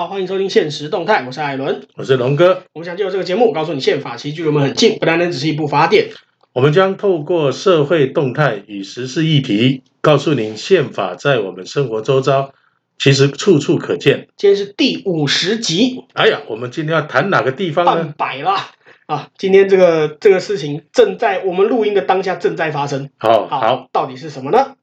好，欢迎收听现实动态，我是艾伦， 我是龙哥。 我们想借由这个节目，告诉你宪法其实距离我们很近，不单单只是一部法典。 我们将透过社会动态与时事议题，告诉您宪法在我们生活周遭其实处处可见。 今天是第50集。 哎呀，我们今天要谈哪个地方呢？ 半百啦！啊，今天这个事情正在我们录音的当下正在发生。好，到底是什么呢？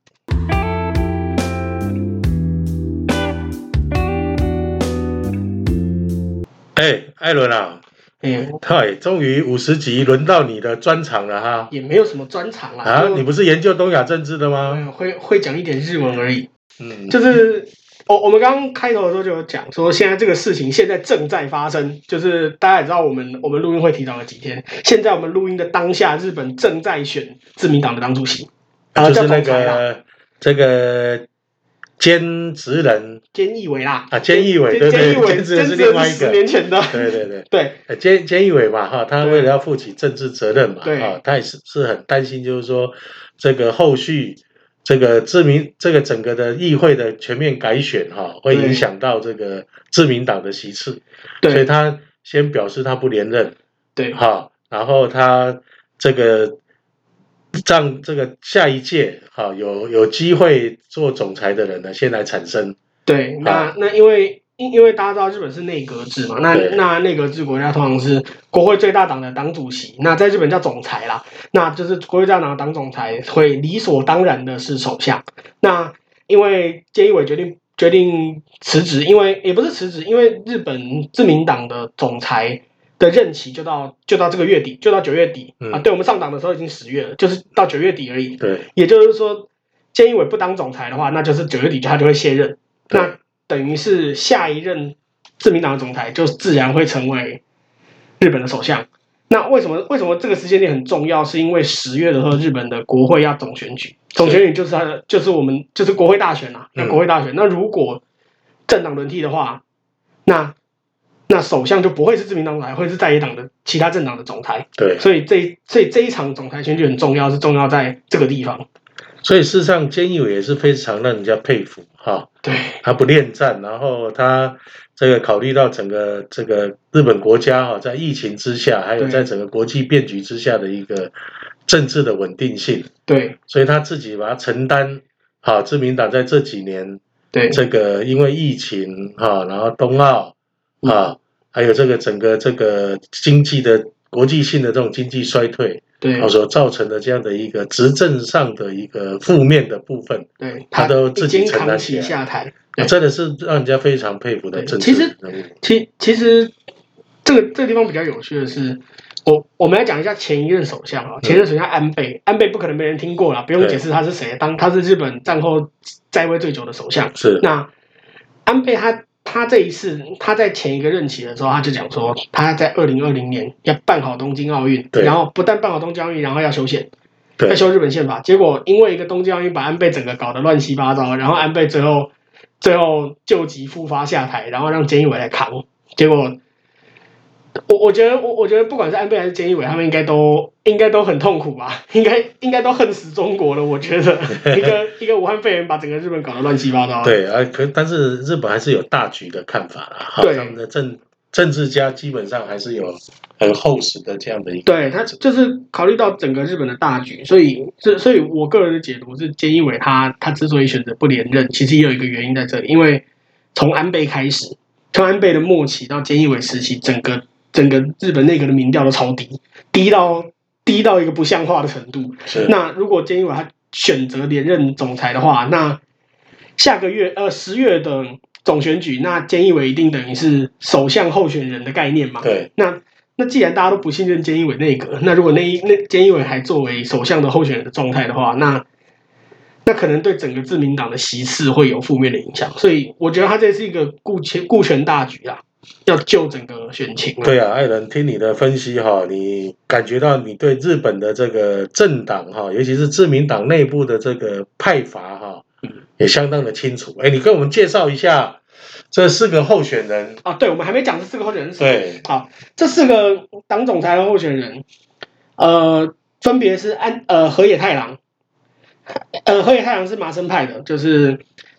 艾伦啊，终于50集轮到你的专场了哈。 也没有什么专场啦。 啊，你不是研究东亚政治的吗？ 会讲一点日文而已。就是我们刚刚开头的时候就有讲说，现在这个事情现在正在发生，就是大家也知道我们录音会提早了几天。现在我们录音的当下，日本正在选自民党的党主席， 就是那个这个菅直人、 菅义伟啦， 菅义伟，对对，菅直人是另外一个 10年前的， 对，菅义伟嘛，哈，他为了要负起政治责任嘛， 对， 他也是很担心，就是说这个后续这个整个的议会的全面改选哈，会影响到这个自民党的席次，所以他先表示他不连任， 对， 哈，然后他这个让这个下一届有机会做总裁的人呢，先来产生。 对，那因为大家知道日本是内阁制嘛，那内阁制国家通常是国会最大党的党主席，那在日本叫总裁啦，那就是国会最大党的党总裁会理所当然的是首相。那因为菅义伟决定辞职，因为也不是辞职，因为日本自民党的总裁的任期就到这个月底，就到9月底啊。对，我们上党的时候已经10月了，就是到9月底而已。 对， 也就是说，菅义伟不当总裁的话，那就是9月底他就会卸任。那等于是下一任自民党的总裁就自然会成为日本的首相。那为什么这个时间点很重要？是因为10月的时候，日本的国会要总选举，总选举就是国会大选啦。那国会大选，那如果政党轮替的话，那首相就不会是自民党总裁，会是在野党的其他政党的总裁。 对， 所以这一场总裁选举很重要，是重要在这个地方。 所以事实上，菅义伟也是非常让人家佩服哈。 对， 他不恋战，然后他这个考虑到整个这个日本国家哈，在疫情之下，还有在整个国际变局之下的一个政治的稳定性。 对， 所以他自己把它承担。好，自民党在这几年， 对这个因为疫情哈，然后冬奥啊，还有这个整个这个经济的国际性的这种经济衰退。 对， 所造成的这样的一个执政上的一个负面的部分， 对， 他都自己承担起来，下台， 真的是让人家非常佩服的政治人物。 其实这个地方比较有趣的是，我们来讲一下前一任首相啊，前任首相安倍不可能没人听过啦，不用解释他是谁，他是日本战后在位最久的首相。 是， 那安倍他这一次，他在前一个任期的时候，他就讲说，他在2020年要办好东京奥运，然后不但办好东京奥运，然后要修宪，要修日本宪法。结果因为一个东京奥运，把安倍整个搞得乱七八糟，然后安倍最后旧疾复发下台，然后让菅义伟来扛。结果，我觉得不管是安倍还是菅义伟，他们应该都很痛苦吧，应该都恨死中国了。我觉得一个武汉肺炎把整个日本搞得乱七八糟。 对啊，但是日本还是有大局的看法啦。对，他们的政治家基本上还是有很厚实的这样的一个。 对，他就是考虑到整个日本的大局，所以我个人的解读是，菅义伟他之所以选择不连任，其实也有一个原因在这里，因为从安倍开始，从安倍的末期到菅义伟时期，整个日本内阁的民调都超低，低到一个不像话的程度。那如果菅义伟他选择连任总裁的话，那下个月10月的总选举，那菅义伟一定等于是首相候选人的概念嘛？ 对。 那既然大家都不信任菅义伟内阁，那如果那菅义伟还作为首相的候选人的状态的话，那可能对整个自民党的席次会有负面的影响。所以我觉得他这是一个顾全大局啦。要救整个选情。 对啊，艾伦，听你的分析哈，你感觉到你对日本的这个政党哈，尤其是自民党内部的这个派阀哈，也相当的清楚。你跟我们介绍一下这4个候选人啊？对，我们还没讲这4个候选人是谁。 对， 好，这4个党总裁的候选人，分别是河野太郎。河野太郎是麻生派的，就是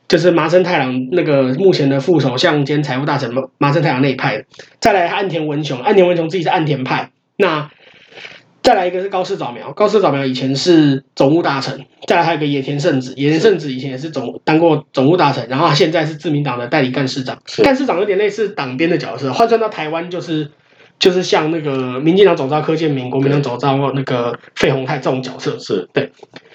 就是麻生太郎那个目前的副首相兼财务大臣麻生太郎那一派的。再来岸田文雄，岸田文雄自己是岸田派。那再来一个是高市早苗，高市早苗以前是总务大臣。再来还有一个野田圣子，野田圣子以前也是当过总务大臣，然后他现在是自民党的代理干事长。干事长有点类似党鞭的角色，换算到台湾就是像那个民进党总召柯建铭、国民党总召那个费鸿泰这种角色。 是对。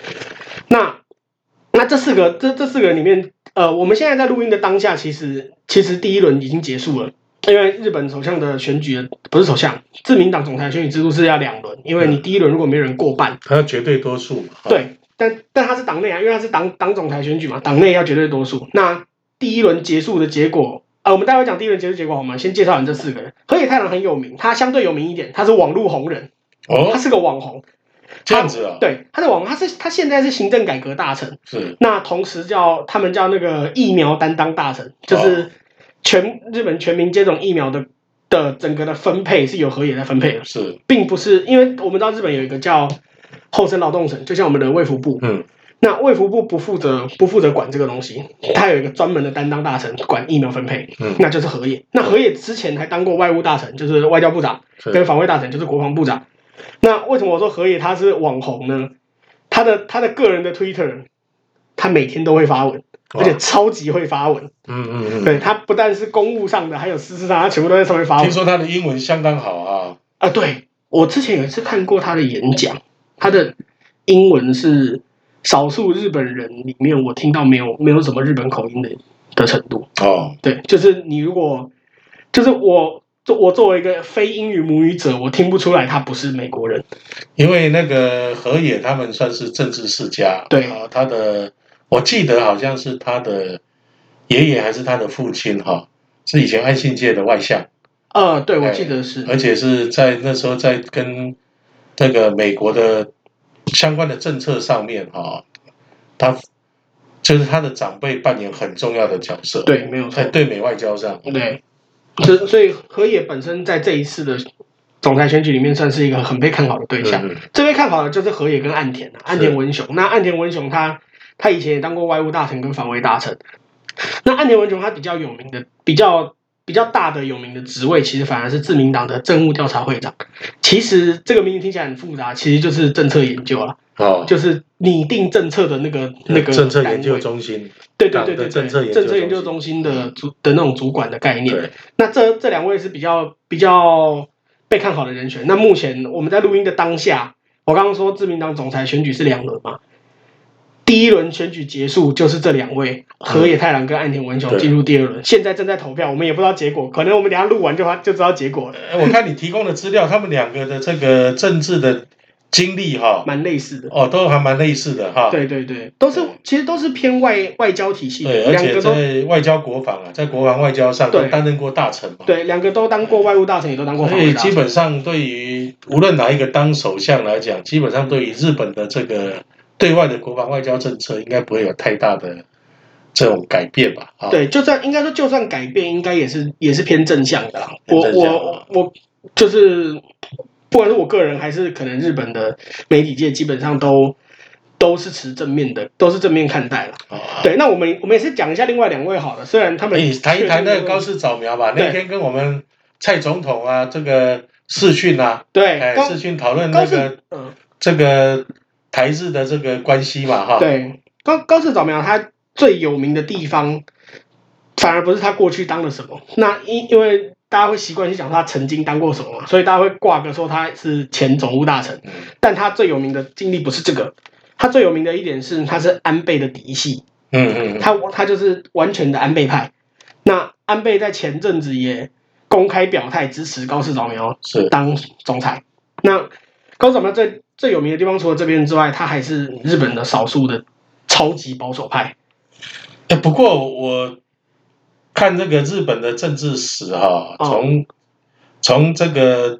那这四个里面，我们现在在录音的当下，其实第一轮已经结束了，因为日本首相的选举不是首相，自民党总裁选举制度是要2轮，因为你第一轮如果没人过半， 他要绝对多数嘛。 对，但他是党内啊，因为他是党总裁选举嘛，党内要绝对多数。那第一轮结束的结果，我们待会讲第一轮结束结果好吗？先介绍完这4个人。河野太郎很有名，他相对有名一点，他是网络红人，他是个网红。 这样子啊？ 对，他的网红，他现在是行政改革大臣， 是。 那同时他们叫那个疫苗担当大臣，就是日本全民接种疫苗的整个的分配是由河野在分配的， 是， 并不是因为我们知道日本有一个叫厚生劳动省，就像我们的卫福部，那卫福部不负责管这个东西，他有一个专门的担当大臣管疫苗分配，那就是河野。那河野之前还当过外务大臣，就是外交部长，跟防卫大臣，就是国防部长。那为什么我说河野他是网红呢？他的个人的 Twitter， 他每天都会发文，而且超级会发文。对，他不但是公务上的，还有私事上，他全部都在上面发文。 听说他的英文相当好啊。 对，我之前有一次看过他的演讲，他的英文是少数日本人里面我听到没有什么日本口音的程度。对，就是你如果就是我作为一个非英语母语者，我听不出来他不是美国人。 因为那个河野他们算是政治世家， 对他的我记得好像是他的爷爷还是他的父亲是以前安信界的外相。 对，我记得是， 而且是在那时候在跟这个美国的相关的政策上面他就是他的长辈扮演很重要的角色。 对，没有错， 在对美外交上。 对。所以河野本身在这一次的总裁选举里面算是一个很被看好的对象。最被看好的就是河野跟岸田文雄。那岸田文雄他以前也当过外务大臣跟防卫大臣。那岸田文雄他比较有名的比较大的有名的职位，其实反而是自民党的政务调查会长。其实这个名字听起来很复杂，其实就是政策研究啦。就是拟定政策的那个政策研究中心。 对，政策研究中心的那种主管的概念。那这2位是比较被看好的人选。那目前我们在录音的当下，我刚刚说自民党总裁选举是2轮嘛，第一轮选举结束就是这2位河野太郎跟岸田文雄进入第2轮，现在正在投票，我们也不知道结果，可能我们等一下录完就知道结果了。 我看你提供的资料，他们2个的这个政治的经历蛮类似的都还蛮类似的对，其实都是偏外交体系的。 对，而且在外交国防在国防外交上都担任过大臣嘛。 对2个都当过外务大臣，也都当过防卫大臣。 所以基本上对于无论哪一个当首相来讲，基本上对于日本的这个对外的国防外交政策应该不会有太大的这种改变吧？ 对，就算改变，应该也是偏正向的啦。我就是不管是我个人还是可能日本的媒体界，基本上都是持正面的，都是正面看待了。对，那我们也是讲一下另外2位好了，虽然他们谈一谈那个高市早苗吧。那天跟我们蔡总统这个视讯对， 视讯讨论那个这个台日的这个关系嘛对，高市早苗他最有名的地方，反而不是他过去当了什么，那因为大家会习惯去讲他曾经当过什么嘛，所以大家会挂个说他是前总务大臣。但他最有名的经历不是这个，他最有名的一点是他是安倍的嫡系。他就是完全的安倍派。那安倍在前阵子也公开表态支持高市早苗当总裁。那高市早苗最有名的地方，除了这边之外，他还是日本的少数的超级保守派。 不过我看这个日本的政治史从这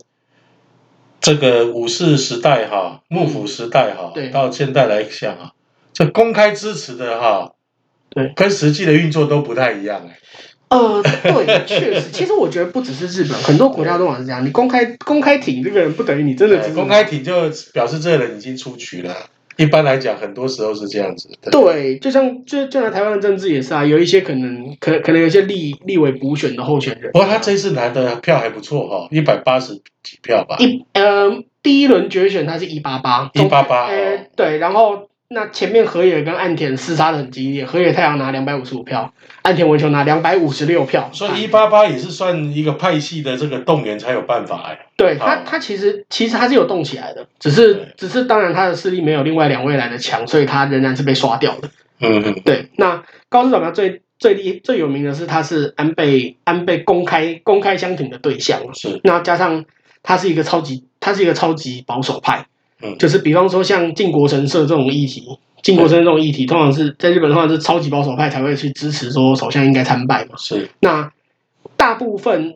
个武士时代幕府时代到现在来讲这公开支持的对， 跟实际的运作都不太一样对，确实，其实我觉得不只是日本，很多国家都好像是这样。你公开挺这个人，不等于你真的公开挺就表示这个人已经出局了。 一般来讲，很多时候是这样子。 对，就拿台湾的政治也是啊，有一些可能有一些立委补选的候选人。 不过他这次拿的票还不错哈，180几票吧。 第一轮决选他是 188， 对，然后那前面河野跟岸田厮杀的很激烈，河野太郎拿255票，岸田文雄拿256票， 所以188也是算一个派系的这个动员才有办法哎。 对他其实他是有动起来的，只是当然他的势力没有另外2位来的强，所以他仍然是被刷掉的。对，那高市早苗最有名的是他是安倍公开相挺的对象， 是那加上他是一个超级保守派。就是比方说像靖国神社这种议题，通常是在日本，通常是超级保守派才会去支持说首相应该参拜嘛。 是。 那大部分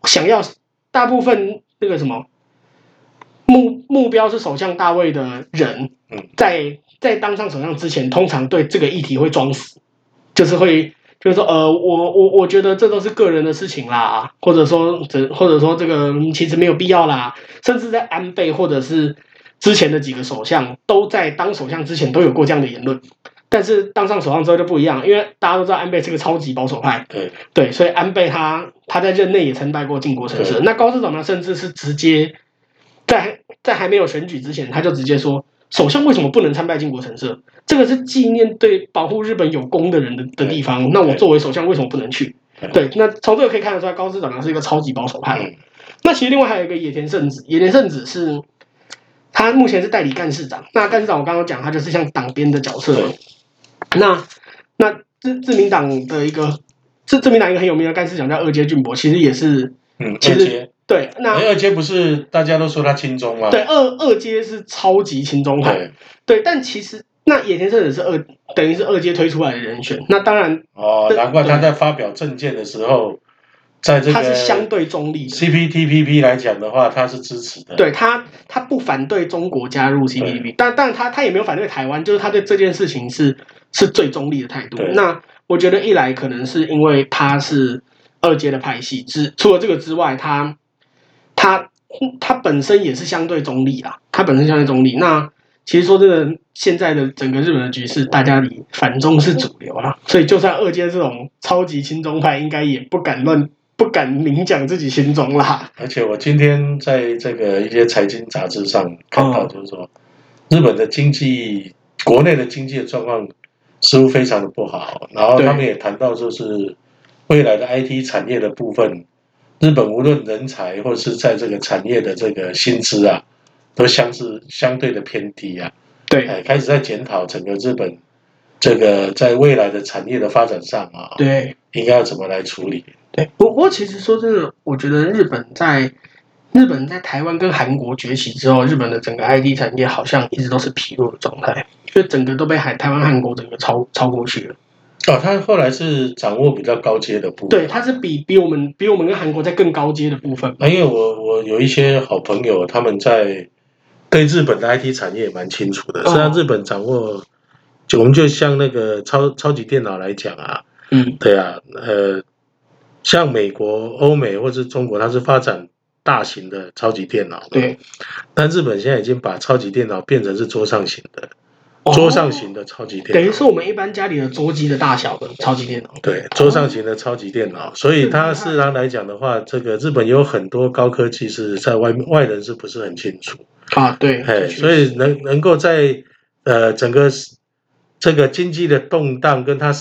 那个什么目标是首相大位的人，在当上首相之前，通常对这个议题会装死，就是说我觉得这都是个人的事情啦，或者说这个其实没有必要啦，甚至在安倍或者是之前的几个首相都在当首相之前都有过这样的言论，但是当上首相之后就不一样，因为大家都知道安倍是个超级保守派，对，所以安倍他在任内也曾拜过靖国神社。那高市早苗甚至是直接在还没有选举之前，他就直接说，首相为什么不能参拜靖国神社？这个是纪念对保护日本有功的人的地方，那我作为首相为什么不能去？对，那从这个可以看得出来，高市早苗是一个超级保守派。那其实另外还有一个野田圣子是。他目前是代理干事长，那干事长我刚刚讲，他就是像党鞭的角色。那自民党一个很有名的干事长叫二阶俊博，其实也是， 其实对，那二阶不是大家都说他亲中吗？ 对，二阶是超级亲中派，对，但其实那野田圣子是等于是二阶推出来的人选，那当然难怪他在发表政见的时候。在这个他是相对中立 CPTPP 来讲的话，他是支持的。 对他不反对中国加入 CPTPP，但他也没有反对台湾，就是他对这件事情是最中立的态度。那我觉得一来可能是因为他是二阶的派系，除了这个之外，他本身也是相对中立啦。那其实说真的，现在的整个日本的局势，大家以反中是主流啦，所以就算二阶这种超级亲中派，应该也不敢明讲自己心中啦。 而且我今天在这个一些财经杂志上看到，就是说，日本的国内的经济的状况似乎非常的不好。然后他们也谈到，就是未来的 IT 产业的部分，日本无论人才或者是在这个产业的这个薪资啊，都相对的偏低啊。 对， 开始在检讨整个日本这个在未来的产业的发展上啊， 对， 应该要怎么来处理。 对，不过其实说真的，我觉得日本在台湾跟韩国崛起之后，日本的整个 IT 产业好像一直都是疲弱的状态，就整个都被台湾、韩国整个超过去了。 他后来是掌握比较高阶的部分。 对，他是比我们跟韩国在更高阶的部分。 因为我有一些好朋友，他们对日本的 IT 产业也蛮清楚的。实际上，日本掌握，我们就像那个超级电脑来讲啊，对啊，像美国、欧美或是中国，它是发展大型的超级电脑， 对。 但日本现在已经把超级电脑变成是桌上型的超级电脑， 等于是我们一般家里的桌机的大小的超级电脑。 对，桌上型的超级电脑，所以它事实上来讲的话，这个日本有很多高科技是在外人是不是很清楚啊？对， 所以能够在整个这个经济的动荡跟它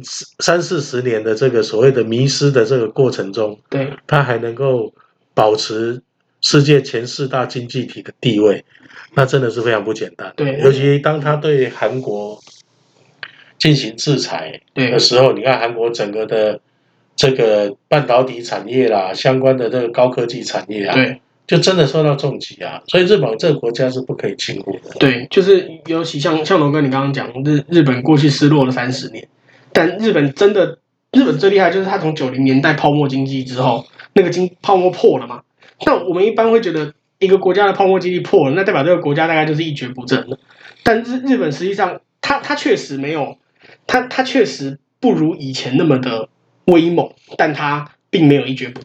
30-40年的这个所谓的迷失的这个过程中， 对， 它还能够保持世界前4大经济体的地位，那真的是非常不简单。 对， 尤其当他对韩国进行制裁的时候，你看韩国整个的这个半导体产业啦，相关的这个高科技产业啊， 对， 就真的受到重击啊。所以日本这个国家是不可以轻忽的。 对，就是尤其像龙哥你刚刚讲，日本过去失落了30年，但日本最厉害就是他从90年代泡沫经济之后，那个泡沫破了嘛。那我们一般会觉得一个国家的泡沫经济破了，那代表这个国家大概就是一蹶不振了。但日本实际上，它确实没有，它确实不如以前那么的威猛，但它并没有一蹶不振。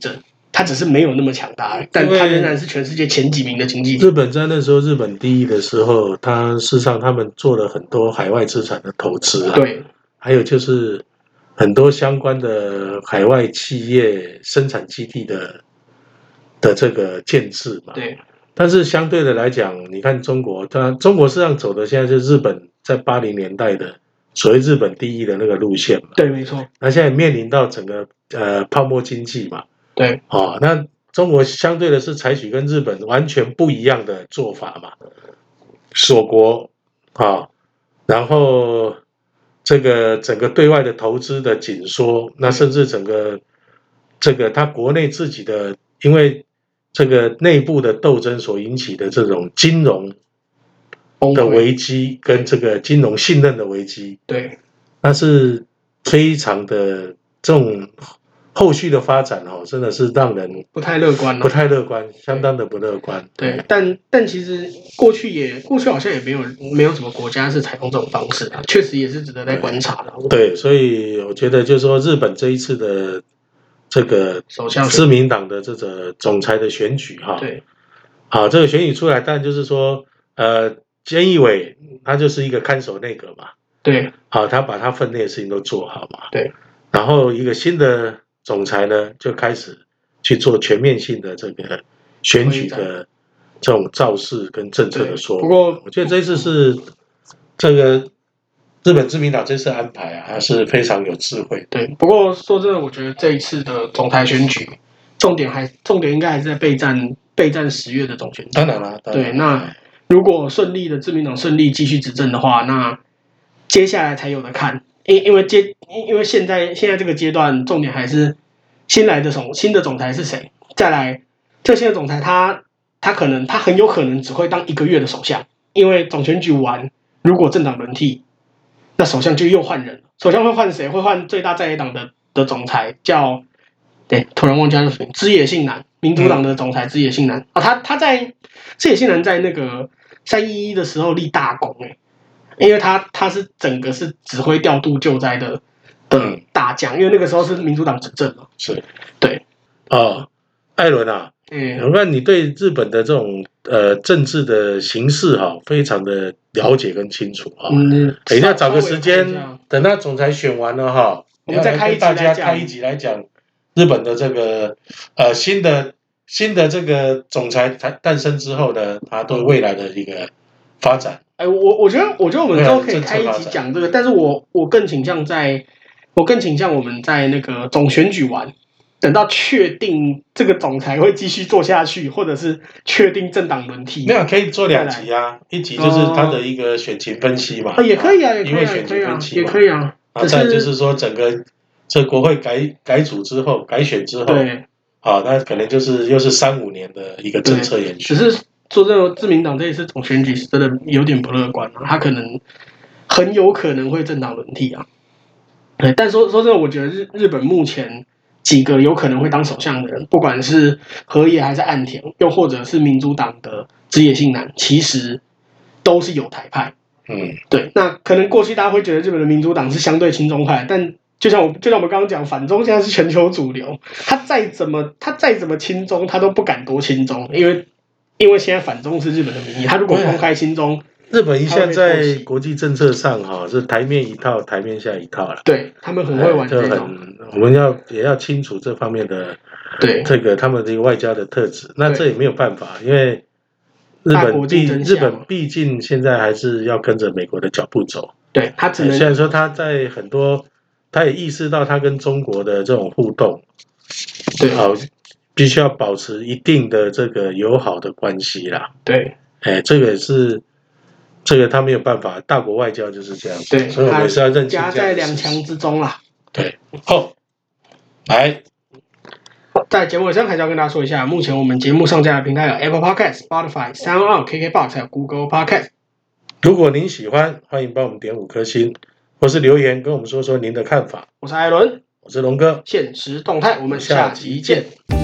它只是没有那么强大，但它仍然是全世界前几名的经济体。 日本在那时候日本第一的时候，事实上他们做了很多海外资产的投资对， 还有就是很多相关的海外企业生产基地的这个建制嘛。 对。 但是相对的来讲，你看中国事实上走的现在是日本在80年代的所谓日本第一的那个路线嘛。 对，没错。 那现在面临到整个泡沫经济嘛。 对。 那中国相对的是采取跟日本完全不一样的做法嘛，锁国然后这个整个对外的投资的紧缩，那甚至整个它国内自己的因为这个内部的斗争所引起的这种金融的危机跟这个金融信任的危机， 对， 那是非常的这种后续的发展真的是让人不太乐观， 相当的不乐观。 对，但其实过去好像也没有什么国家是采用这种方式确实也是值得再观察的。 对，所以我觉得就是说日本这一次的这个自民党的这个总裁的选举对， 这个选举出来，但就是说菅义伟他就是一个看守内阁嘛， 对， 他把他分内的事情都做好嘛， 对， 然后一个新的总裁呢就开始去做全面性的这个选举的这种造势跟政策的说法。 不过我觉得这次是这个日本自民党这次安排还是非常有智慧。 对，不过说真的，我觉得这一次的总裁选举重点应该还是在备战10月的总选举。 当然了， 对，那如果顺利的自民党顺利继续执政的话，那接下来才有的看。因为现在这个阶段，重点还是新的总裁是谁。再来，这新的总裁他很有可能只会当1个月的首相，因为总选举完，如果政党轮替，那首相就又换人了。首相会换谁？会换最大在野党的总裁，突然忘记他的名，枝野幸男，民主党的总裁枝野幸男他在枝野幸男在那个311的时候立大功因为他是整个是指挥调度救灾的大将，因为那个时候是民主党执政嘛。 是， 对。 艾伦我看你对日本的这种政治的形势非常的了解跟清楚等一下找个时间，等他总裁选完了我们再开一集来讲日本的这个新的这个总裁诞生之后呢，他对未来的一个发展。 我觉得我们之后可以开一集讲这个，但是我更倾向我们在那个总选举完，等到确定这个总裁会继续做下去，或者是确定政党轮替， 那可以做2集一集就是他的一个选情分析嘛， 也可以啊， 因为选情分析也可以啊。 再就是说整个这国会改组之后改选之后， 对， 那可能就是又是3-5年的一个政策延续。 只是说真的，自民党这一次总选举是真的有点不乐观他很有可能会政党轮替对，但说真的，我觉得日本目前几个有可能会当首相的人，不管是河野还是岸田，又或者是民主党的枝野幸男，其实都是有台派。对，那可能过去大家会觉得日本的民主党是相对亲中派，但就像我们刚刚讲，反中现在是全球主流，他再怎么亲中，他都不敢多亲中，因为现在反中是日本的民意，他如果公开亲中， 日本现在在国际政策上是台面一套，台面下一套了。 对，他们很会玩这种。 我们也要清楚这方面的这个他们的外交的特质。那这也没有办法，因为日本毕竟现在还是要跟着美国的脚步走。 对，他只能虽然说他在很多，他也意识到他跟中国的这种互动， 对， 必须要保持一定的这个友好的关系啦。 对， 这个也是。这个他没有办法，大国外交就是这样。 对， 所以我们是要认清夹在2强之中啦。 对，来， 在节目尾声还是要跟大家说一下，目前我们节目上架的平台有 Apple Podcast、Spotify、SoundOn、KKBOX 还有 Google Podcast。 如果您喜欢，欢迎帮我们点5颗星，或是留言跟我们说说您的看法。 我是艾伦， 我是龙哥， 现实动态，我们下集见。